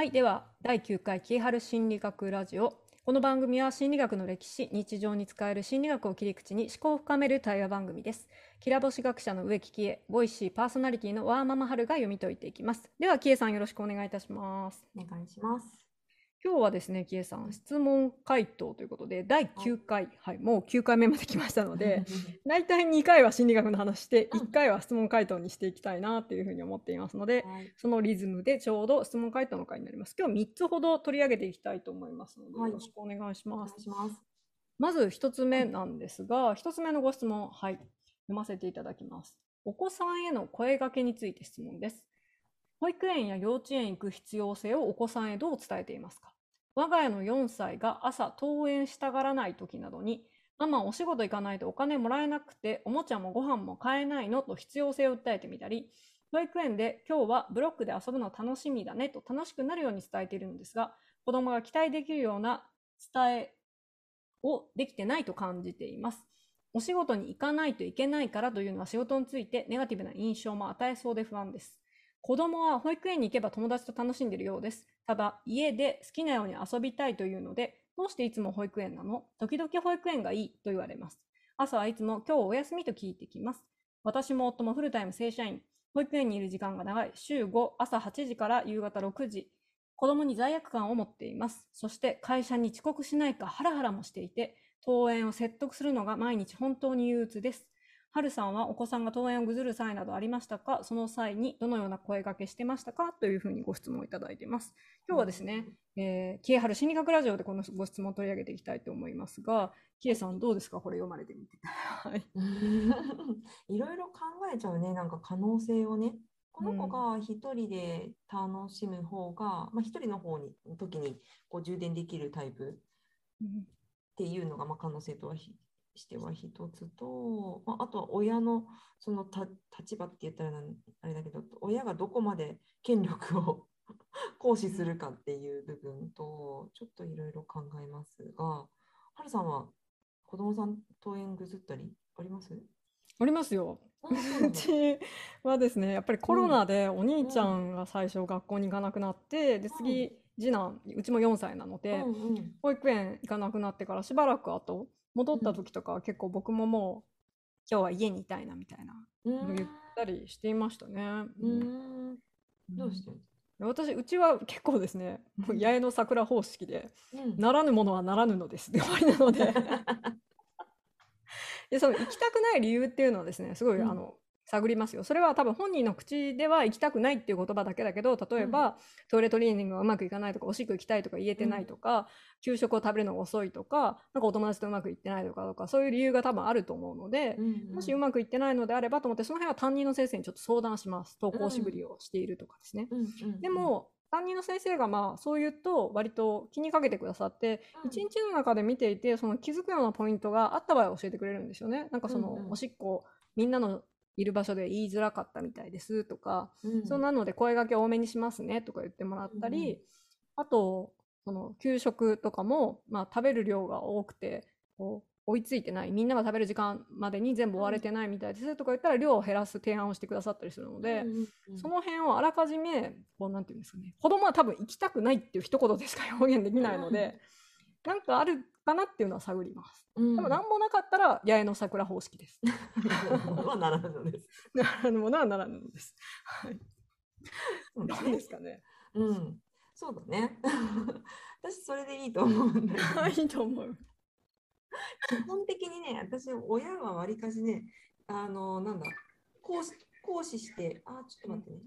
はい、では第9回キーハル心理学ラジオ。この番組は心理学の歴史、日常に使える心理学を切り口に思考を深める対話番組です。きらぼし学者の植木喜恵、ボイシーパーソナリティのワーママハルが読み解いていきます。では喜恵さん、よろしくお願いいたします。 お願いします。 今日はですね、喜恵さん、質問回答ということで、第9回、はい、もう9回目まで来ましたので、大体2回は心理学の話して、1回は質問回答にしていきたいなというふうに思っていますので、そのリズムでちょうど質問回答の回になります。今日3つほど取り上げていきたいと思いますので、よろしくお願いします。まず1つ目なんですが、1つ目のご質問、はい、読ませていただきます。お子さんへの声掛けについて質問です。保育園や幼稚園行く必要性をお子さんへどう伝えていますか？我が家の4歳が朝登園したがらない時などに、ママお仕事行かないとお金もらえなくて、おもちゃもご飯も買えないのと必要性を訴えてみたり、保育園で今日はブロックで遊ぶの楽しみだねと楽しくなるように伝えているのですが、子供が期待できるような伝えをできてないと感じています。お仕事に行かないといけないからというのは仕事についてネガティブな印象も与えそうで不安です。子供は保育園に行けば友達と楽しんでいるようです。ただ、家で好きなように遊びたいというので、どうしていつも保育園なの？時々保育園がいいと言われます。朝はいつも今日お休みと聞いてきます。私も夫もフルタイム正社員。保育園にいる時間が長い。週5、朝8時から夕方6時。子供に罪悪感を持っています。そして会社に遅刻しないかハラハラもしていて、登園を説得するのが毎日本当に憂鬱です。はるさんはお子さんが登園をぐずる際などありましたか？その際にどのような声掛けしてましたか？というふうにご質問いただいています。今日はですね、キエハル心理学ラジオでこのご質問を取り上げていきたいと思いますが、キエさんどうですか？これ読まれてみて。はい。 いろいろ考えちゃうね、なんか可能性をね。この子が一人で楽しむ方が、一人の時にこう充電できるタイプっていうのが可能性としては一つと、あとは親のその立場って言ったらあれだけど、親がどこまで権力を行使するかっていう部分と、ちょっといろいろ考えますが、はるさんは子供さん登園ぐずったりあります？ ありますよ。うちはですね、やっぱりコロナでお兄ちゃんが最初学校に行かなくなって、で次次男、うちも4歳なので、保育園行かなくなってからしばらく後戻った時とかは結構僕ももう今日は家にいたいなみたいな言ったりしていましたね。 どうして？ うちは結構ですね、もう八重の桜方式で、ならぬものはならぬのですで終わりなのでで、その行きたくない理由っていうのはですね、すごい探りますよ。それは多分本人の口では行きたくないっていう言葉だけだけど、例えば、トイレトレーニングがうまくいかないとか、おしっこ行きたいとか言えてないとか、給食を食べるのが遅いとか、なんかお友達とうまくいってないとか、そういう理由が多分あると思うので、もしうまくいってないのであればと思って、その辺は担任の先生にちょっと相談します。登校しぶりをしているとかですね。でも、担任の先生がそう言うと割と気にかけてくださって、一日の中で見ていてその気づくようなポイントがあった場合は教えてくれるんですよね。なんかそのおしっこみんなのいる場所で言いづらかったみたいですとか、そうなので声掛け多めにしますねとか言ってもらったり、あとその給食とかも、食べる量が多くてこう追いついてない、みんなが食べる時間までに全部終われてないみたいですとか言ったら量を減らす提案をしてくださったりするので、その辺をあらかじめこうなんていうんですかね、子供は多分行きたくないっていう一言でしか表現できないので、なんかあるかなっていうのは探ります。でも何もなかったら八重の桜方式です。 ならぬのです。 ならぬものはならぬのです。はい。どうですかね。 そうだね。私それでいいと思うんだけど。 いいと思う。 基本的にね、私、親はわりかしね、なんだ、行使して、ちょっと待ってね。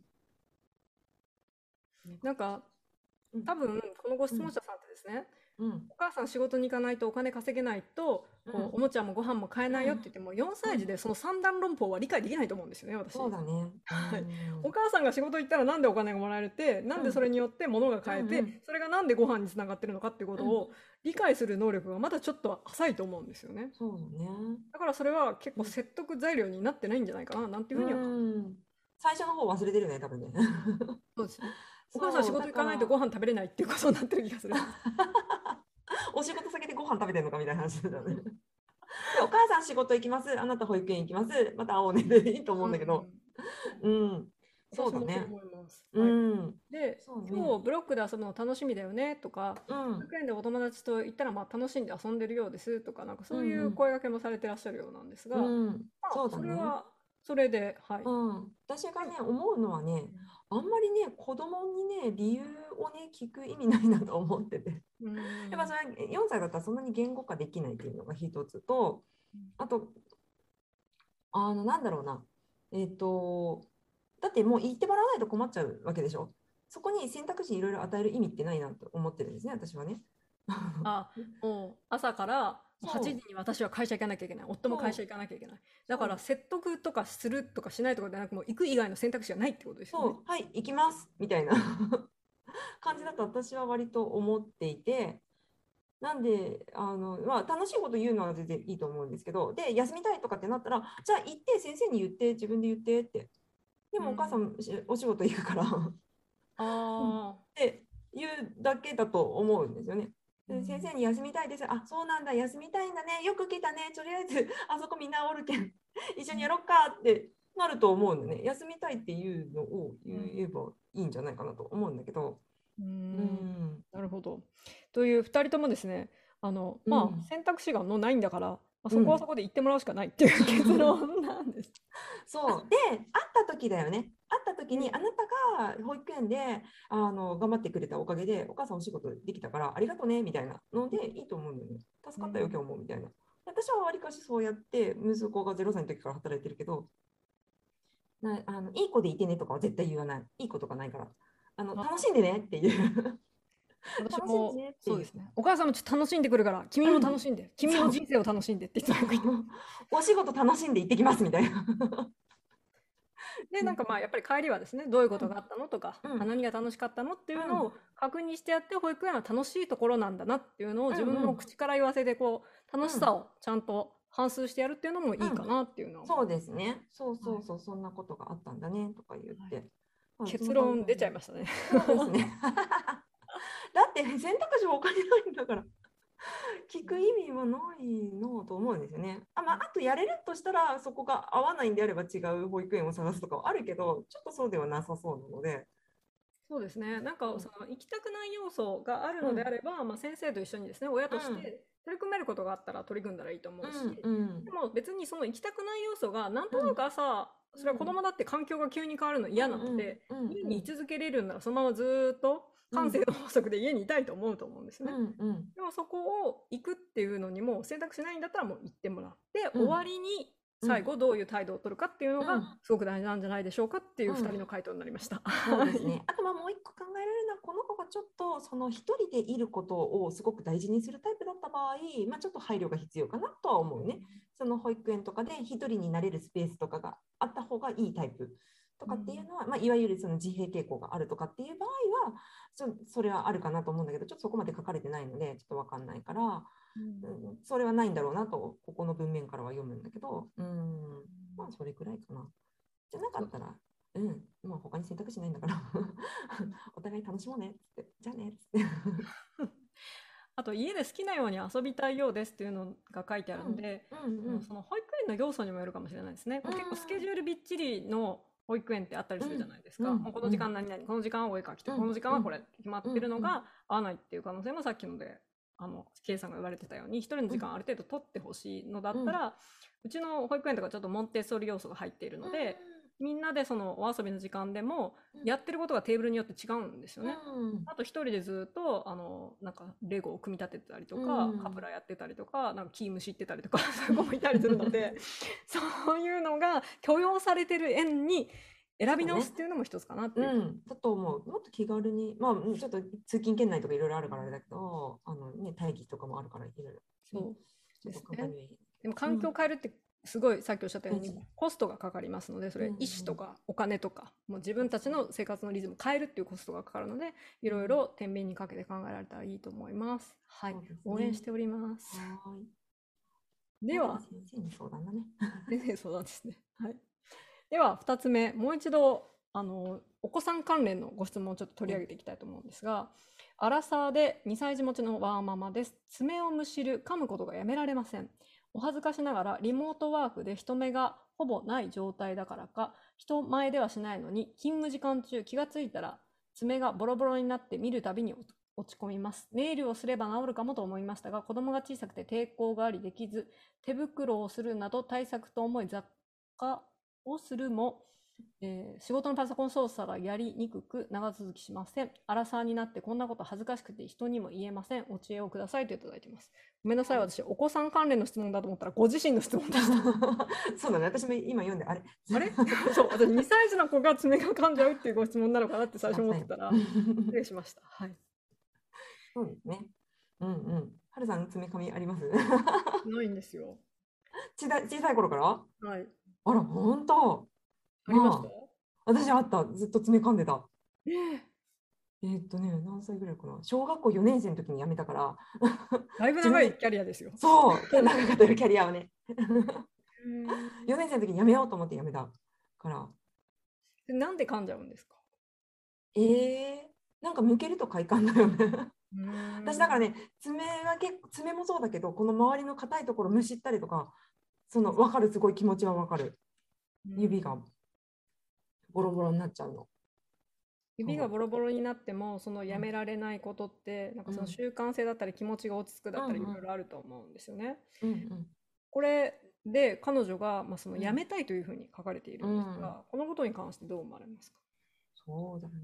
なんか、多分このご質問者さんってですね、お母さん仕事に行かないとお金稼げないと、おもちゃもご飯も買えないよって言っても、4歳児でその三段論法は理解できないと思うんですよね、私。 そうだね。 はい。お母さんが仕事行ったらなんでお金がもらえるって、なんでそれによって物が買えて、それがなんでご飯につながってるのかっていうことを理解する能力がまだちょっと浅いと思うんですよね。 そうだね。 だからそれは結構説得材料になってないんじゃないかな、なんていうふうには感じます。 最初の方忘れてるね、多分ね。 そうですね。お母さん仕事行かないとご飯食べれないっていうことになってる気がする。 お仕事先でご飯食べてるのかみたいな話だよね。お母さん仕事行きます、あなた保育園行きます、また会おうねでいいと思うんだけど、 私もそうそうだね。 思います。 うはい。 ん。 で、 そうね。 今日ブロックで遊ぶの楽しみだよねとか、 うん。 保育園でお友達と行ったらまあ楽しんで遊んでるようですとか、なんかそういううんうん。 声掛けもされてらっしゃるようなんですが、 うん。 まあそうだね。 それはそれで、はい。 うん。私がね、思うのはね、あんまりね、子供にね、理由をね、聞く意味ないなと思ってて。 うん。うやっぱん。 それ4歳だったらそんなに言語化できないっていうのが一つと、あと、なんだろうな。えっと、だってもう言ってもらわないと困っちゃうわけでしょ。そこに選択肢いろいろ与える意味ってないなと思ってるんですね、私はね。 あ、もう朝からもう8時そう、 に私は会社行かなきゃいけない。夫も会社そう、 行かなきゃいけない。だからそう、 説得とかするとかしないとかではなく、もう行く以外の選択肢がないってことですよね。 そう、はい、行きますみたいな感じだと私は割と思っていて、なんで、まあ、楽しいこと言うのは全然いいと思うんですけど、で、休みたいとかってなったら、じゃあ行って、先生に言って、自分で言ってって。でもお母さうん。 んお仕事行くからっああ。 て言うだけだと思うんですよね。で先うん。 生に休みたいです。あ、そうなんだ、休みたいんだね。よく来たね。とりあえず、あそこみんなおるけん、一緒にやろっかってなると思うんでね。休みたいっていうのを言うん。 えばいいんじゃないかなと思うんだけど。 ううん。 ん、 なるほど。という2人ともですね、まあ、 うん、 選択肢がもうないんだから、まあ、そこはそうん。 こで言ってもらうしかないっていう結論なんです。 そうで、会った時だよね。会った時うん。 にあなたが保育園で頑張ってくれたおかげでお母さんお仕事できたからありがとうねみたいなのでいいと思うんだよね。助かったようん。 今日もみたいな。私はわりかしそうやって息子が0歳の時から働いてるけどいい子でいてねとかは絶対言わない。いいことがないから。楽しんでねっていう私楽しんでもねっていう。 そうですね。お母さんもちょっと楽しんでくるから、君もうん。 楽しんで、君のそう。 人生を楽しんでっていつそう。 もよく言ってます。 お仕事楽しんで行ってきますみたいな。 で、なんね。 かまあやっぱり帰りはですね、どういうことがあったのとか、 うん。うん。 何が楽しかったのっていううん。 のを確認してやって、保育園は楽しいところなんだなっていうのをうん。 自分うん。 の口から言わせて、こう、楽しさうん。 をちゃんと反芻してやるっていうのもいいかうん。 なっていうのは思いそうます。 ですね。そうはい。 そうそう、そんなことがあったんだねとか言っはい。 て。まあ、うちの旦那結論出ちゃいましたね。 そうですね。だって選択肢他にないんだから、聞く意味はないのと思うんですよね。まあ、あとやれるとしたら、そこが合わないんであれば違う保育園を探すとかはあるけど、ちょっとそうではなさそうなので。 そうですね。なんかうん。 その行きたくない要素があるのであうん。 れば、まあ、先生と一緒にですね、親うん。 として取り組めることがあったら取り組んだらいいと思うし、 うん。うん。 でも別にその行きたくない要素がなんとなくうん。 朝、それは子供だって環境が急に変わるの嫌なので、 うん。 家うん。 に居続けれるならそのままずーっとうん。 感性の法則で家にいたいと思うと思うんですね。 うん。うん。 でもそこを行くっていうのにも選択しないんだったらもう行ってもらって、終わうん。 りにうん。 最後どういう態度を取るかっていうのがうん。 すごく大事なんじゃないでしょうかっていう2 うん。 人の回答になりました。 そうはい。 ですね。あともう一個考えられるのは、この子がちょっとその一人でいることをすごく大事にするタイプだった場合、ちょっと配慮が必要かなとは思うね。その保育園とかで一人になれるスペースとかがあった方がいいタイプとかっていうのは、いわゆるその自閉傾向があるとかっていう場合は、それはあるかなと思うんだけど、ちょっとそこまで書かれてないので、ちょっとわかんないから、それはないんだろうなと、ここの文面からは読むんだけど、それくらいかな。じゃなかったら、もう他に選択肢ないんだからお互い楽しもうねっつって、じゃあねっつってあと家で好きなように遊びたいようですっていうのが書いてあるので、その保育園の要素にもよるかもしれないですね。こう結構スケジュールびっちりの保育園ってあったりするじゃないですか。もうこの時間何々、この時間はお絵描きとか、この時間はこれ決まってるのが合わないっていう可能性もさっきので、K さんが言われてたように、一人の時間ある程度取ってほしいのだったら、うちの保育園とかちょっとモンテッソーリ要素が入っているので、みんなでそのお遊びの時間でもやってることがテーブルによって違うんですよね。あと一人でずっとなんかレゴを組み立ててたりとか、カプラやってたりとか、なんかキームシってたりとかそういう子もいたりするのでそういうのが許容されてる園に選び直すっていうのも一つかなっていう。 だと思う。もっと気軽に、ちょっと通勤圏内とかいろいろあるからあれだけど、待機とかもあるからいろいろ、 そうちょっですね。 と考えるべき。 でも環境を変えるってすごいさっきおっしゃったように大事。 コストがかかりますので、それ医師とかお金とかもう自分たちの生活のリズムを変えるっていうコストがかかるので、いろいろ天秤にかけて考えられたらいいと思います。はい、応援しております。 はい。 では先生に相談だね。 先生相談ですね。はい。では2つ目、もう一度お子さん関連のご質問をちょっと取り上げていきたいと思うんですが、アラサーで2歳児持ちのワーママです。爪をむしる、噛むことがやめられません。お恥ずかしながらリモートワークで人目がほぼない状態だからか、人前ではしないのに、勤務時間中気がついたら爪がボロボロになって見るたびに落ち込みます。ネイルをすれば治るかもと思いましたが、子供が小さくて抵抗がありできず、手袋をするなど対策と思い雑貨をするも、仕事のパソコン操作がやりにくく長続きしません。アラサーになってこんなこと恥ずかしくて人にも言えません。お知恵をくださいといただいています。ごめんなさい、私お子さん関連の質問だと思ったらご自身の質問でした。 そうだね、私も今読んであれそう私2歳児の子が爪が噛んじゃうっていうご質問なのかなって最初思ってたら失礼しました。はい。 そうですね。うんうん。はるさん爪噛みあります？ ないんですよ。 小さい頃から？ はい。 あら、本当。 ありました？ 私あった。ずっと爪噛んでた。 ええ何歳ぐらいかな。小学校4年生の時に辞めたから。 だいぶ長いキャリアですよ。 そう、長かったよ、キャリアをね。 4 4年生の時に辞めようと思って辞めたから。 なんで噛んじゃうんですか？ なんか剥けると快感だよね。私だからね、爪もそうだけど、この周りの硬いところむしったりとか、分かる、すごい気持ちは分かる。指がボロボロになっちゃうの。 指がボロボロになってもそのやめられないことって、なんかその習慣性だったり気持ちが落ち着くだったりいろいろあると思うんですよね。これで彼女が、そのやめたいというふうに書かれているんですが、このことに関してどう思われますか？ そうだね。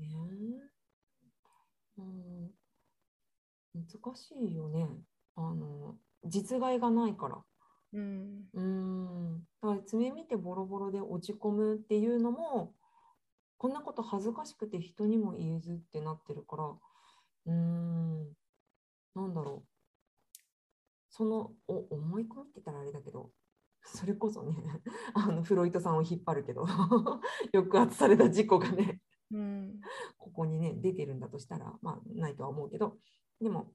難しいよね。実害がないから。だから爪見てボロボロで落ち込むっていうのも、こんなこと恥ずかしくて人にも言えずってなってるから、なんだろう。思い込みって言ったらあれだけど、それこそね、フロイトさんを引っ張るけど、抑圧された事故がね、ここにね、出てるんだとしたら、ないとは思うけど、でも、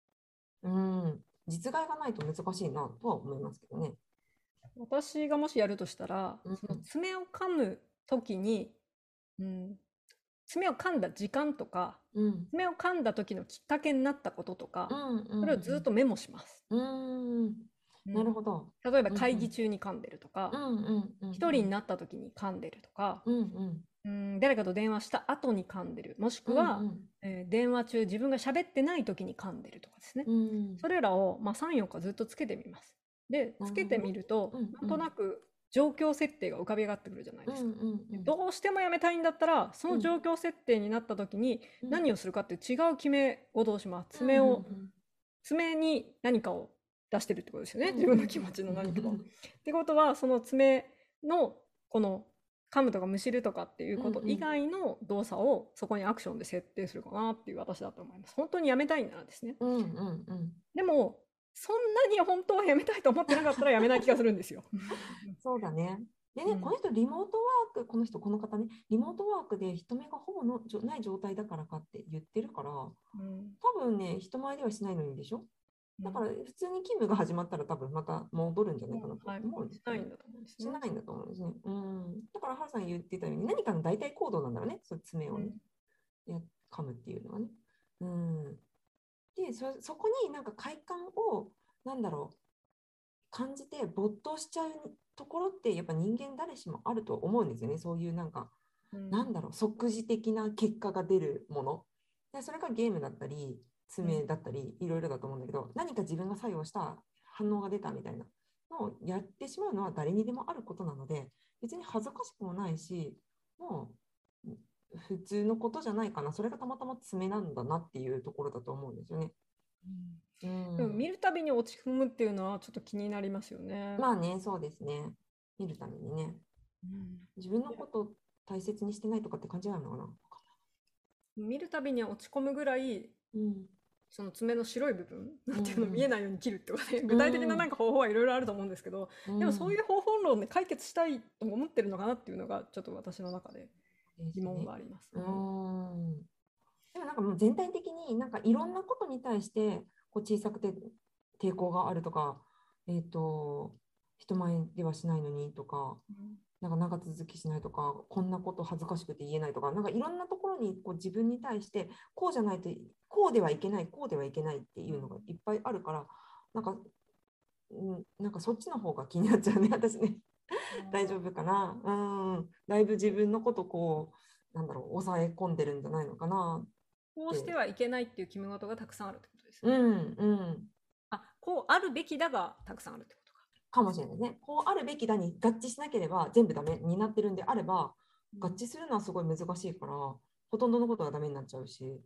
実害がないと難しいなとは思いますけどね。 私がもしやるとしたら、その爪を噛む時に、爪を噛んだ時間とか、爪を噛んだ時のきっかけになったこととか、それをずっとメモします。 なるほど。 例えば会議中に噛んでるとか、一人になった時に噛んでるとか、誰かと電話した後に噛んでる、もしくは、電話中自分が喋ってない時に噛んでるとかですね。それらを、3、4日ずっとつけてみます。で、つけてみると、なんとなく状況設定が浮かび上がってくるじゃないですか。どうしてもやめたいんだったら、その状況設定になった時に何をするかっていう違う決め事をします。爪に何かを出してるってことですよね。自分の気持ちの何かを。ってことは、その爪のこの噛むとかむしるとかっていうこと以外の動作をそこにアクションで設定するかなっていう私だと思います。本当にやめたいならですね。でもそんなに本当はやめたいと思ってなかったらやめない気がするんですよ。 そうだね。でね、この人リモートワーク、この方ね、リモートワークで人目がほぼない状態だからかって言ってるから、多分ね、人前ではしないのにでしょ。だから普通に勤務が始まったら多分また戻るんじゃないかなと思うんです、 しないんだと思うんですね。 しないんだと思うんですね。だからハルさん言ってたように何かの代替行動なんだろうね、そう爪をね、噛むっていうのはね。でそこになんか快感を感じて没頭しちゃうところってやっぱ人間誰しもあると思うんですよね。そういう即時的な結果が出るもので、それがゲームだったり爪だったりいろいろだと思うんだけど、何か自分が作用した反応が出たみたいなのをやってしまうのは誰にでもあることなので、別に恥ずかしくもないし、もう普通のことじゃないかな。それがたまたま爪なんだなっていうところだと思うんですよね。 でも見るたびに落ち込むっていうのはちょっと気になりますよね。 まあね、そうですね。見るためにね。自分のことを大切にしてないとかって感じなのかな。 見るたびに落ち込むぐらい、その爪の白い部分なんていうの見えないように切るってことね、具体的ななんか方法はいろいろあると思うんですけど、でもそういう方法論で解決したいと思ってるのかなっていうのがちょっと私の中で疑問があります、ね。 でもなんかもう全体的になんかいろんなことに対してこう小さくて抵抗があるとか、人前ではしないのにとか、なんか長続きしないとか、こんなこと恥ずかしくて言えないとか、なんかいろんなところにこう自分に対してこうじゃないと、こうではいけない、こうではいけないっていうのがいっぱいあるから、なんかそっちの方が気になっちゃうね、私ね。 大丈夫かな。だいぶ自分のことこう、なんだろう、抑え込んでるんじゃないのかなっこうしてて。 はいけないっていう決め事がたくさんあるってことですうね。 ん。 こうあるべきだがたくさんあるってことか。 かもしれないね。こうあるべきだに合致しなければ全部ダメになってるんであれば、合致するのはすごい難しいから、ほとんどのことがダメになっちゃうし、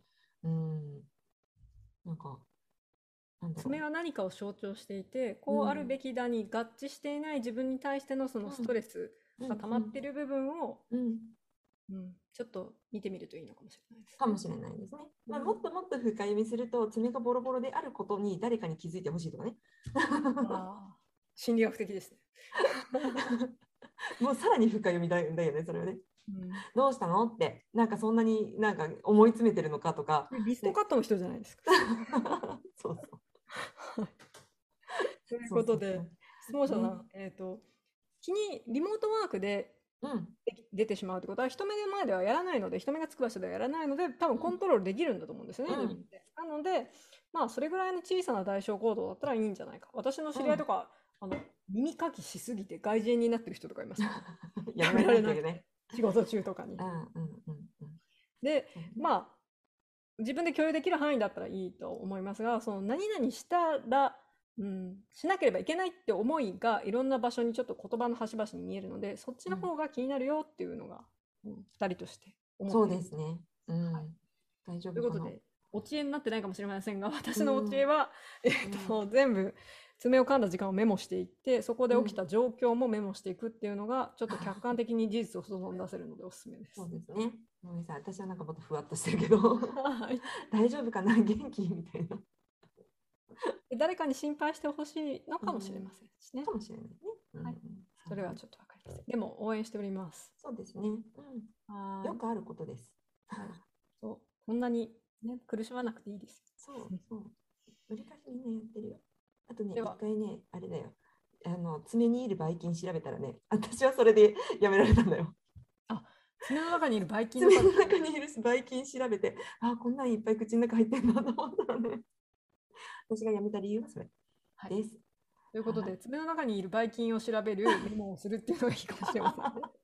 なんか、なんだろ爪は何かを象徴していて、 う。 こうあるべきだに合致していない自分に対してのそのストレスが溜まっている部分を、ちょっと見てみるといいのかもしれないですね。 かもしれないですね。もっともっと深読みすると、爪がボロボロであることに誰かに気づいてほしいとかね。 心理学的ですね。 もうさらに深読みだよね、それはね。どうしたのって、なんかそんなになんか思い詰めてるのかとか。 リストカットの人じゃないですか。 そうそう。 ということで、質問者さん、リモートワークで出てしまうってことは、人目の前ではやらないので、人目がつく場所ではやらないので、多分コントロールできるんだと思うんですよね、自分で。なので、まあ、それぐらいの小さな代償行動だったらいいんじゃないか。私の知り合いとか、耳かきしすぎて外人になってる人とかいます、 やめられなきゃね。 仕事中とかに。で、まあ、自分で共有できる範囲だったらいいと思いますが、その何々したら、しなければいけないって思いがいろんな場所にちょっと言葉の端々に見えるので、そっちの方が気になるよっていうのが、2人として思っている。 そうですね。大丈夫かな。 ということで、お知恵になってないかもしれませんが、私のお知恵は、全部爪を噛んだ時間をメモしていって、そこで起きた状況もメモしていくっていうのが、ちょっと客観的に事実を外に出せるのでおすすめです。 そうですね。ごめんなさい、私はなんかもっとふわっとしてるけど、大丈夫かな、元気みたいな。 誰かに心配してほしいのかもしれませんしね。 かもしれないね。 それはちょっとわかりません。でも応援しております。 そうですね。よくあることです。 そうこんなに、ね、苦しまなくていいです。 そう。売り返しみんなやってるよ。あとね、一回ね、あれだよ。爪にいるばい菌調べたらね、私はそれでやめられたんだよ。 爪の中にいるばい菌爪の中にいるばい菌調べて、こんなんいっぱい口の中入ってんだと思ったらね、私がやめた理由はそれです。 ということで、爪の中にいるばい菌を調べるメモをするっていうのがいいかもしれませんね。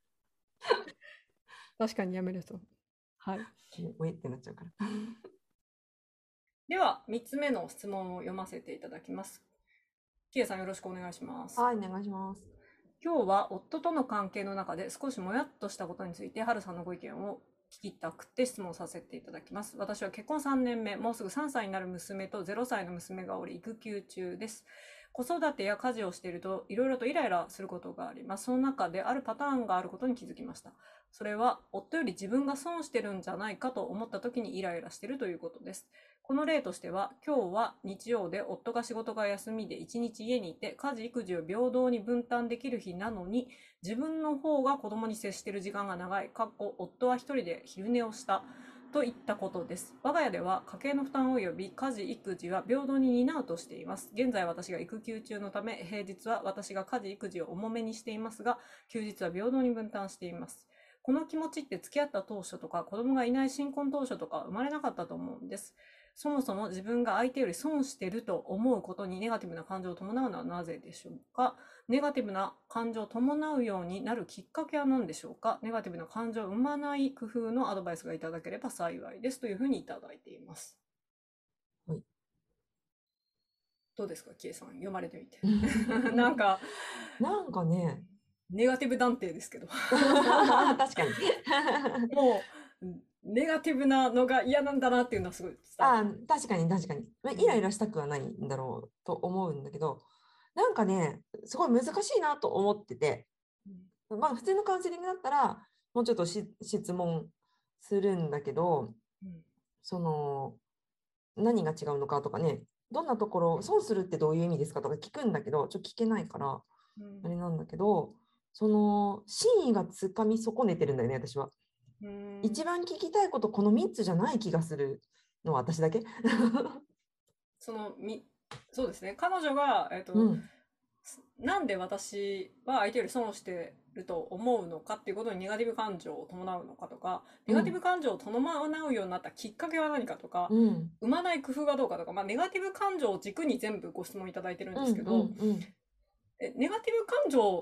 確かにやめると。はい。 おえってなっちゃうから。 では、3つ目の質問を読ませていただきます。キエさん、よろしくお願いします。 はい、お願いします。 今日は夫との関係の中で少しもやっとしたことについて、はるさんのご意見を聞きたくて質問させていただきます。私は結婚3年目、もうすぐ3歳になる娘と0歳の娘がおり、育休中です。子育てや家事をしているといろいろとイライラすることがあります。その中であるパターンがあることに気づきました。それは夫より自分が損してるんじゃないかと思った時にイライラしているということです。この例としては、今日は日曜で夫が仕事が休みで1日家にいて家事育児を平等に分担できる日なのに、自分の方が子供に接している時間が長い、夫は一人で昼寝をしたといったことです。我が家では家計の負担及び家事育児は平等に担うとしています。現在私が育休中のため、平日は私が家事育児を重めにしていますが、休日は平等に分担しています。この気持ちって付き合った当初とか子供がいない新婚当初とか生まれなかったと思うんです。そもそも自分が相手より損していると思うことにネガティブな感情を伴うのはなぜでしょうか。ネガティブな感情を伴うようになるきっかけは何でしょうか。ネガティブな感情を生まない工夫のアドバイスがいただければ幸いですというふうにいただいています。 はい、 どうですか、キエさん、読まれてみて。なんかね、ネガティブ断定ですけど。 確かに。 もうネガティブなのが嫌なんだなっていうのはすごい伝わる。 確かに。イライラしたくはないんだろうと思うんだけど、なんかね、すごい難しいなと思ってて、普通のカウンセリングだったら、もうちょっと質問するんだけど、その、何が違うのかとかね、どんなところ、損するってどういう意味ですかとか聞くんだけど、ちょっと聞けないから、あれなんだけど、その、真意がつかみ損ねてるんだよね、私は。一番聞きたいこと、この3つじゃない気がするのは私だけそうですね。彼女が、なんで私は相手より損をしてると思うのかっていうことにネガティブ感情を伴うのかとか、ネガティブ感情を伴うようになったきっかけは何かとか、生まない工夫がどうかとか、ネガティブ感情を軸に全部ご質問いただいてるんですけど、ネガティブ感情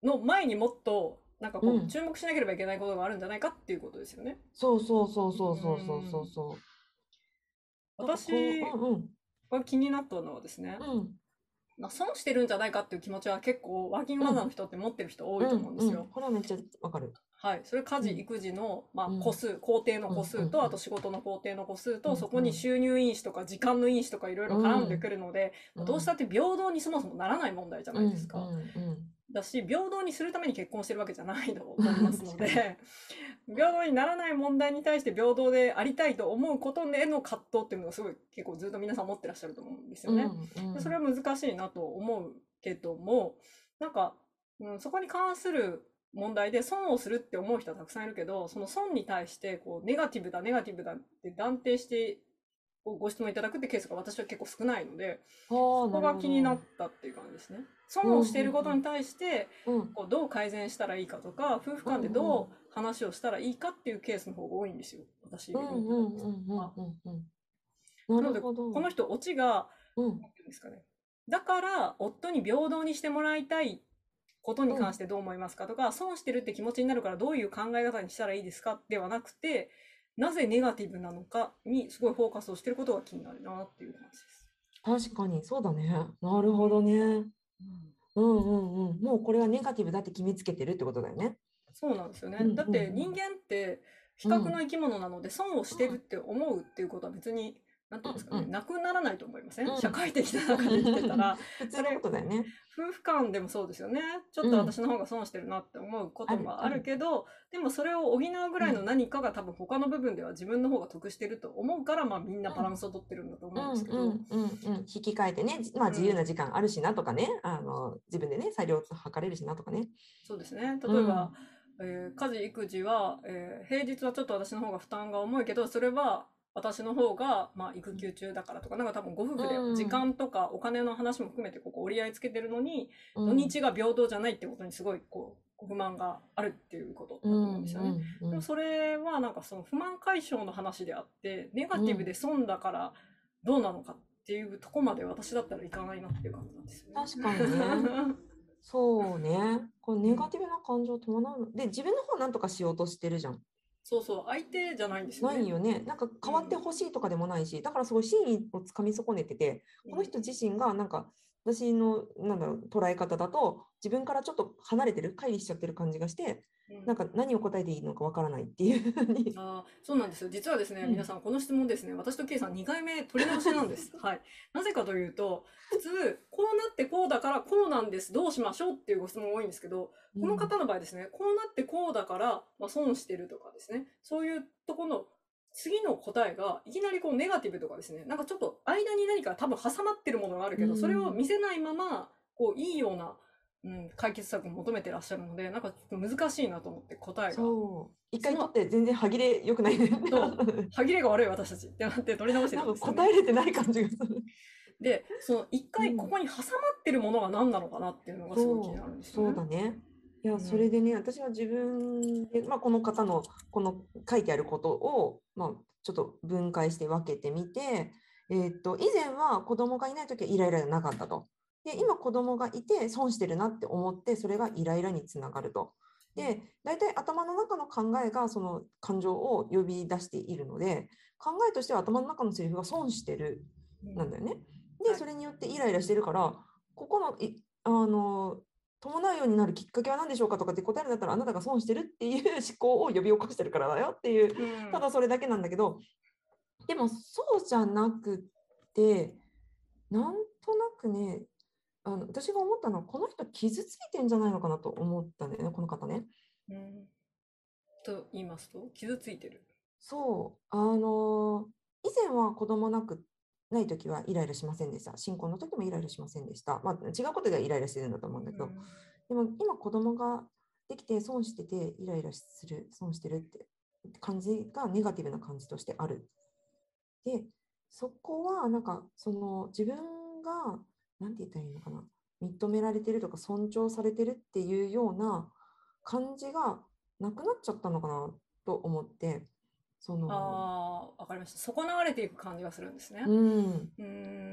の前にもっとなんかこううん。 注目しなければいけないことがあるんじゃないかっていうことですよね。 そうそうそううそうそうそうそうん。 そう。なんかこう、う私んうん。 が気になったのはですね、 うん。 まあ、損してるんじゃないかっていう気持ちは結構ワーキングマザーのうん。 人って持ってる人多いと思ううん。うん。 んですよ。 これはめっちゃわかる。 はい、それ家事うん。 育児の、まあ、 うん。 個数工程のうん。う個数とあとん。 仕事の工程の個数うん。 とそこにうん。 収入因子とか時間の因子とかいろいろ絡んでくうん。 るので、 うん。 どうしたって平等にそもそもならない問題じゃうん。 ないですか。 うん。うん。 だし平等にするために結婚してるわけじゃないと思いますの確かに。 で、平等にならない問題に対して平等でありたいと思うことへの葛藤っていうのがすごい結構ずっと皆さん持ってらっしゃると思うんですよね。 うん。うでそれはん。 難しいなと思うけども、なんか、そこに関する問題で損をするって思う人はたくさんいるけど、その損に対してこうネガティブだネガティブだって断定してご質問いただくってケースが私は結構少ないので、 ああ、なるそこが気になっほど。 たっていう感じですね。 うん。 損をしているうん。 ことに対してうん。 こうどう改善したらいいかとか、夫婦う間でん。うん。 どう話をしたらいいかっていうケースの方が多いんですよ。私うん。 が見てたうん。うん。うん。 は。 うん。うん。なるなので、 ほど。 この人、オチが、 うん。 なんていうんですかね。だから、夫に平等にしてもらいたいことにうん。 関してどう思いますかとか、損してるって気持ちになるからどういう考え方にしたらいいですかではなくて、なぜネガティブなのかにすごいフォーカスをしてることが気になるなっていう感じです。 確かに、そうだね。なるほうん。 どね。 うん、 うんうんうん。もうこれはネガティブだって決めつけてるってことだよね。 そうなんですよね。 うんだって人間って比うんうん。 較の生き物なので損をしてるって思うっていうことは別に、なんていうんですかね、 うんうんなくならないと思いません？ うん。 社会的な中で生きてたうん。 ら、 普通のこそれとだよね。 夫婦間でもそうですよね。ちょっうん。 と私の方が損してるなって思うこあとがあるある。 るけど、でもそれを補うぐらいのうん。 何かが多分他の部分では自分の方が得してると思うから、まあみんなバランスを取ってるんだと思うんでうんすけど、 うんうんうん。引き換えてね、まあ自由なうん、 時間あるしなとかね、自分でね、裁量を測れるしなとかね。 そうですね。 う例えば、 ん。 家事育児は、平日はちょっと私の方が負担が重いけど、それは私の方が、まあ、育休中だからとか、なんか多分ご夫う婦で時ん。 間とかお金の話も含めてここ折り合いつけてるのに、土うん。 日が平等じゃないってことにすごいこうご不満があるっていうことだと思うんですうんうよね。 んうんでもそれはなんかその不満解消の話であって、ネガティブでうん。 損だからどうなのかっていうとこまで私だったらいかないなっていう感じなんですよ確かにね。 ね。 そうね。こうん、 れネガティブな感情を伴うの。で、自分の方なんとかしようとしてるじゃん。 そうそう、相手じゃないんですよね。 ないよね。なんか変わってうん。 ほしいとかでもないし、だからすごい真意をつかみ損ねてて、この人自身がなんか私のなんだろう捉え方だと自分からちょっと離れてる、乖離しちゃってる感じがして、 うん。 なんか何を答えていいのかわからないっていうふうに。 ああ、そうなんですよ。実はですね、 うん。 皆さん、この質問ですね、私とケイさん2回目取り直しなんです。はい。なぜかというと、普通、こうなってこうだからこうなんです、どうしましょうっていうご質問多いんですけど、このうん。 方の場合ですね、こうなってこうだから、まあ、損してるとかですね、そういうところの次の答えが、いきなりこうネガティブとかですね、なんかちょっと間に何か多分挟まってるものがあるうけど、それをん。 見せないまま、こう、いいような、解決策を求めてらっしゃるので、なんかちょっと難しいなと思って答えが。 そう。一回取っそのて全然歯切れ良くないね。 そう、歯切れが悪い私たちってなって取り直してなんかるんですよね。 答えれてない感じがする。 で、その一うん。 回ここに挟まってるものが何なのかなっていうのがすごい気になそう、 るんですよね。 そうだね。いや、 うん。 それでね、私は自分で、まあ、この方のこの書いてあることを、まあ、ちょっと分解して分けてみて、以前は子供がいないときはイライラがなかったと。で、今子供がいて損してるなって思って、それがイライラにつながると。 うん。 で、大体頭の中の考えがその感情を呼び出しているので、考えとしては頭の中のセリフが損してるうん。 なんだよね。で、 はい。 それによってイライラしてるから、ここの伴うようになるきっかけは何でしょうかとかって答えるんだったらあなたが損してるっていう思考を呼び起こしてるからだよっていううん。 ただそれだけなんだけどでもそうじゃなくてなんとなくね私が思ったのはこの人傷ついてんじゃないのかなと思ったんだよねこの方ね。 うん。と言いますと、傷ついてる。 そう以前は子供ない時はイライラしませんでした。新婚の時もイライラしませんでした。まあ、違うことでイライラしてるんだと思うんだけど、 うん。 でも今子供ができて損しててイライラする、損してるって感じがネガティブな感じとしてある。で、そこはなんかその自分が、なんて言ったらいいのかな、認められてるとか尊重されてるっていうような感じがなくなっちゃったのかなと思って、その、 ああ、わかりました。損なわれていく感じがするんですね。 うん、 うー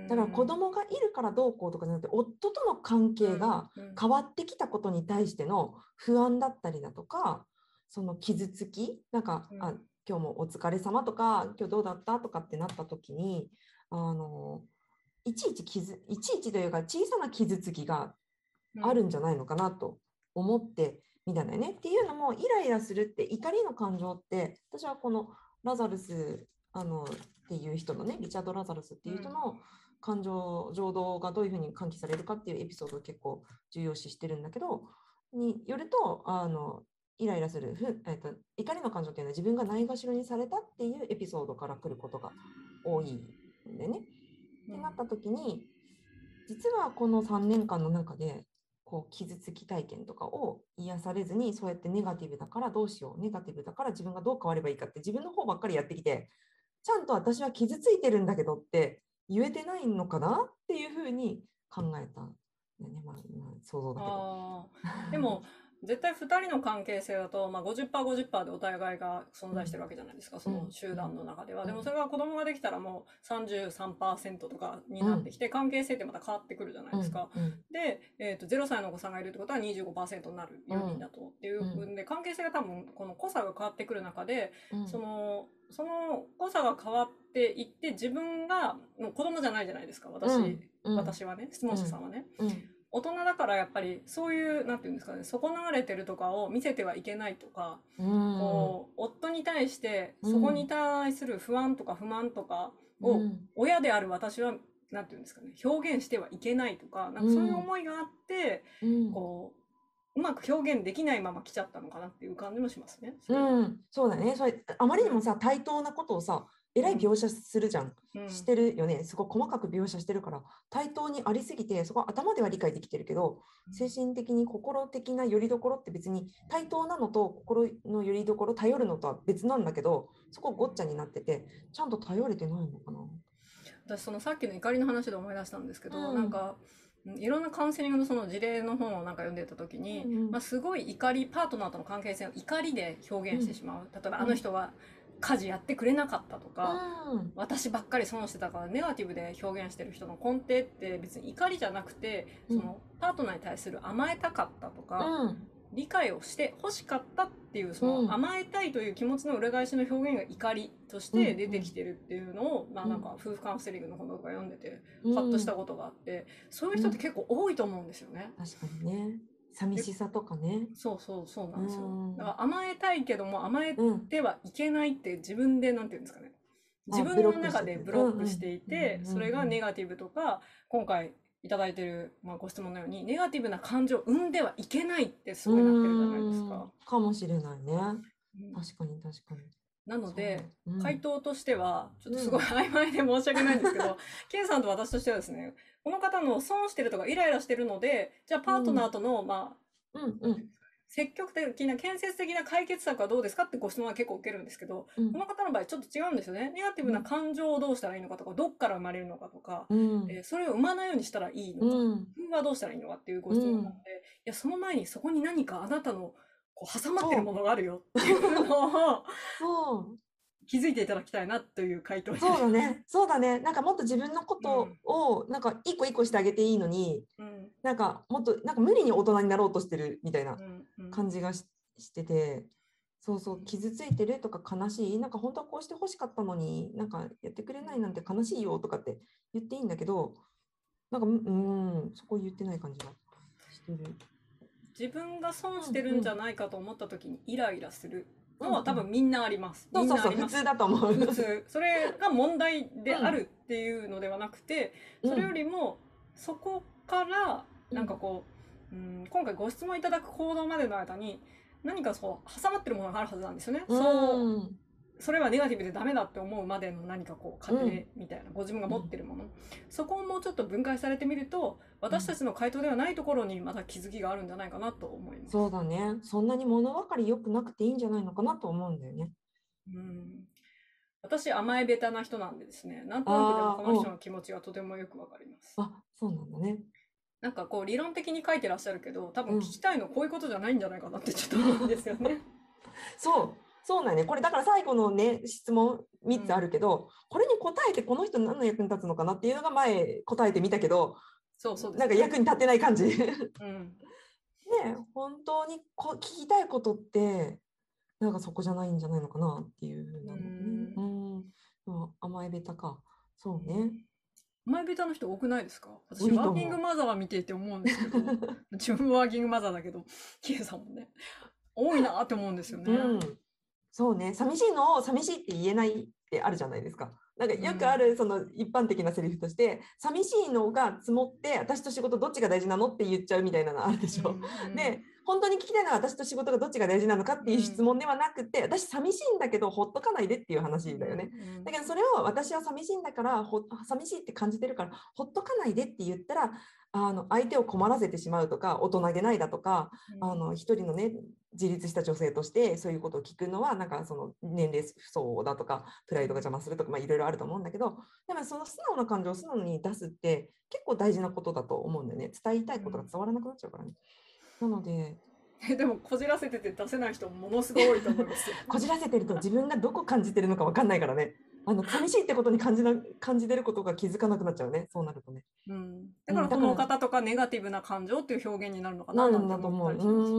だから子供がいるからどうこうとかじゃなくて、夫との関係が変わってきたことに対しての不安だったりだとか、その傷つき、なんか、今日もお疲れ様とか、今日どうだったとかってなった時に、いちいちというか小さな傷つきがあるんじゃないのかなと思ってみたんだよね。っていうのも、イライラするって怒りの感情って、私はこのラザルスっていう人のね、リチャード・ラザルスっていう人の感情、情動がどういうふうに喚起されるかっていうエピソードを結構重要視してるんだけど、によると、イライラする、怒りの感情っていうのは自分がないがしろにされたっていうエピソードから来ることが多いんだよね。ってなった時に、実はこの3年間の中でこう傷つき体験とかを癒されずに、そうやってネガティブだからどうしよう、ネガティブだから自分がどう変わればいいかって自分の方ばっかりやってきて、ちゃんと私は傷ついてるんだけどって言えてないのかなっていうふうに考えたんだよね。まあ、想像だけど。 でも絶対2人の関係性だと、50%50% でお互いが存在してるわけじゃないですか、その集団の中では。でもそれが子供ができたらもう 33% とかになってきて、関係性ってまた変わってくるじゃないですか。で、0歳のお子さんがいるってことは 25% になる4人だとっていう分で、関係性が多分この濃さが変わってくる中で、その濃さが変わっていって、自分がもう子供じゃないじゃないですか、私はね、質問者さんはね。大人だからやっぱりそういうなんていうんですかね、損なわれてるとかを見せてはいけないとか、こう夫に対してそこに対する不安とか不満とかを親である私はなんていうんですかね、表現してはいけないとか、なんかそういう思いがあって、こううまく表現できないまま来ちゃったのかなっていう感じもしますね。 そうだね。それあまりにもさ、対等なことをさ、えらい描写するじゃん。してるよね。すごい細かく描写してるから、対等にありすぎて、そこは頭では理解できてるけど、精神的に心的な拠り所って別に対等なのと心の拠り所、頼るのとは別なんだけど、そこごっちゃになってて、ちゃんと頼れてないのかな。 私そのさっきの怒りの話で思い出したんですけど、なんかいろんなカウンセリングのその事例の本をなんか読んでた時に、すごい怒り、パートナーとの関係性を怒りで表現してしまう。例えばあの人は家事やってくれなかったとか、私ばっかり損してたからネガティブで表現してる人の根底って別に怒りじゃなくて、そのパートナーに対する甘えたかったとか、理解をして欲しかったっていう、その甘えたいという気持ちの裏返しの表現が怒りとして出てきてるっていうのを、なんか夫婦カウンセリングの本とか読んでてハッとしたことがあって、そういう人って結構多いと思うんですよね。 確かにね。寂しさとかね。 そうなんですよ。だから甘えたいけども甘えてはいけないって自分でなんていうんですかね、自分の中でブロックしていて、それがネガティブとか、今回いただいてる、ご質問のようにネガティブな感情を生んではいけないってすごいなってるじゃないですか。 かもしれないね。確かに。 なので、回答としてはちょっとすごい曖昧で申し訳ないんですけど、ケンさんと私としてはですね、この方の損してるとかイライラしてるので、じゃあパートナーとの積極的な建設的な解決策はどうですかってご質問は結構受けるんですけど、この方の場合ちょっと違うんですよね。ネガティブな感情をどうしたらいいのかとか、どっから生まれるのかとか、それを生まないようにしたらいいのか、自分はどうしたらいいのかっていうご質問なので、いや、その前にそこに何かあなたのこう挟まってるものがあるよっていうのを気づいていただきたいなという回答です。 そうだね。なんかもっと自分のことをなんか一個一個してあげていいのに、なんかもっとなんか無理に大人になろうとしてるみたいな感じがしてて、傷ついてるとか悲しい、なんか本当はこうしてほしかったのになんかやってくれないなんて悲しいよとかって言っていいんだけど、なんかそこ言ってない感じがしてる。 自分が損してるんじゃないかと思った時にイライラするのは多分みんなあります。 普通だと思う。 普通。それが問題であるっていうのではなくて、それよりもそこからなんかこう、今回ご質問いただく行動までの間に何かそう挟まってるものがあるはずなんですよね。それはネガティブでダメだって思うまでの何かこう過程みたいな、ご自分が持ってるもの、そこをもうちょっと分解されてみると、私たちの回答ではないところにまた気づきがあるんじゃないかなと思います。 そうだね。そんなに物分かり良くなくていいんじゃないのかなと思うんだよね。 私甘えべたな人なんでですね、なんとなくでもこの人の気持ちがとてもよくわかります。 そうなんだね。 なんかこう理論的に書いてらっしゃるけど、多分聞きたいのこういうことじゃないんじゃないかなってちょっと思うんですよね。 そそうなんね。これだから最後のね、質問3つあるけど、これに答えてこの人何の役に立つのかなっていうのが前答えてみたけど、 そうです、 なんか役に立ってない感じ。 うん、 ね、本当に聞きたいことって、なんかそこじゃないんじゃないのかなっていうふうなのね。甘えべたか。そうね。 甘えべたの人多くないですか？私、 多いとワーキング思マザー見ていて思うんですけど、自分もワーキングマザーだけど、キエさんもね、多いなって思うんですよう。 ね。 うん。そうね。寂しいのを寂しいって言えないってあるじゃないですか。なんかよくあるその一般的なセリフとして、寂しいのが積もって私と仕事どっちが大事なのって言っちゃうみたいなのあるでしょ。で、本当に聞きたいのは私と仕事がどっちが大事なのかっていう質問ではなくて、私寂しいんだけどほっとかないでっていう話だよね。だけどそれを私は寂しいんだから寂しいって感じてるからほっとかないでって言ったら、相手を困らせてしまうとか大人げないだとか、一人のね自立した女性としてそういうことを聞くのはなんかその年齢不相応だとかプライドが邪魔するとか、いろいろあると思うんだけど、でもその素直な感情を素直に出すって結構大事なことだと思うんだよね。伝えたいことが伝わらなくなっちゃうからね。なのででもこじらせてて出せない人ものすごい多いと思いますよ。 こじらせてると自分がどこ感じてるのか分かんないからね。寂しいってことに感じてることが気づかなくなっちゃうね。そうなるとね。 だから、この方とかネガティブな感情っていう表現になるのかななんて思ったりします。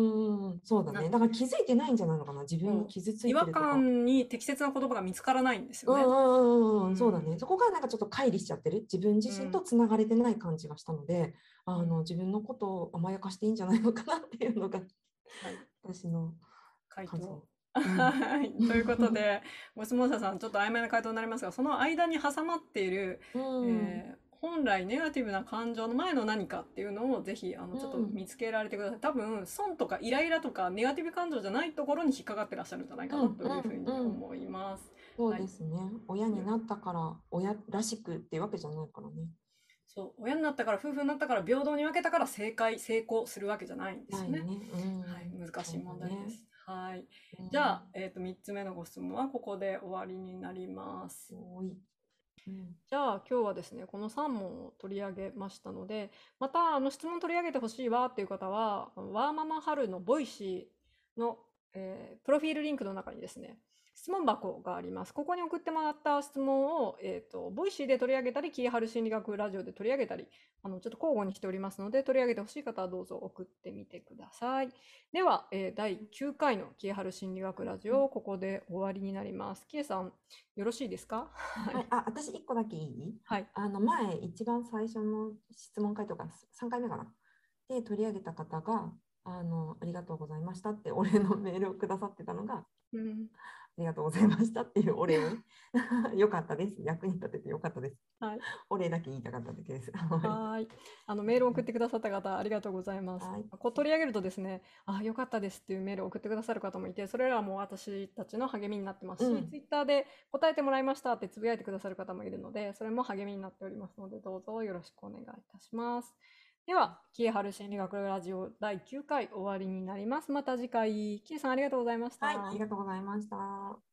そうだね。だから気づいてないんじゃないのかな。自分に傷ついてるとか。 違和感に適切な言葉が見つからないんですよね。 そうだね。そこがなんかちょっと乖離しちゃってる。自分自身とつながれてない感じがしたので、自分のことを甘やかしていいんじゃないのかなっていうのが、私の回答。はい、ということで、ご質問者さん、ちょっと曖昧な回答になりますが、その間に挟まっている、本来ネガティブな感情の前の何かっていうのをぜひちょっと見つけられてください。多分損とかイライラとかネガティブ感情じゃないところに引っかかってらっしゃるんじゃないかなというふうに思います。 そうですね。親になったから親らしくっていうわけじゃないからね。 そう、親になったから夫婦になったから平等に分けたから成功するわけじゃないんですよね。はい、難しい問題です。はい。じゃあ、3つ目のご質問はここで終わりになります。じゃあ今日はですね、この3問を取り上げましたので、また質問取り上げてほしいわっていう方は、ワーママハルのボイシーの、プロフィールリンクの中にですね、質問箱があります。ここに送ってもらった質問を、ボイシーで取り上げたり、キーハル心理学ラジオで取り上げたり、ちょっと交互にしておりますので、取り上げてほしい方はどうぞ送ってみてください。では、第9回のキーハル心理学ラジオ、ここで終わりになります。キエさん、よろしいですか？ はい、私1個だけいい？ はい。 前、一番最初の質問回答が3回目かな。で、取り上げた方が、ありがとうございましたってお礼のメールをくださってたのが、ありがとうございましたっていうお礼をよかったです。役に立ててよかったです。 はい、 お礼だけ言いたかっただけです。 はい。メールを送ってくださった方、ありがとうございます。こう取り上げるとですね、よかったですっていうメールを送ってくださる方もいて、それらも私たちの励みになってますし、ツイッターで答えてもらいましたってつぶやいてくださる方もいるので、それも励みになっておりますので、どうぞよろしくお願いいたします。では、キエハル心理学ラジオ第9回終わりになります。また次回、キエさんありがとうございました。 はい、ありがとうございました。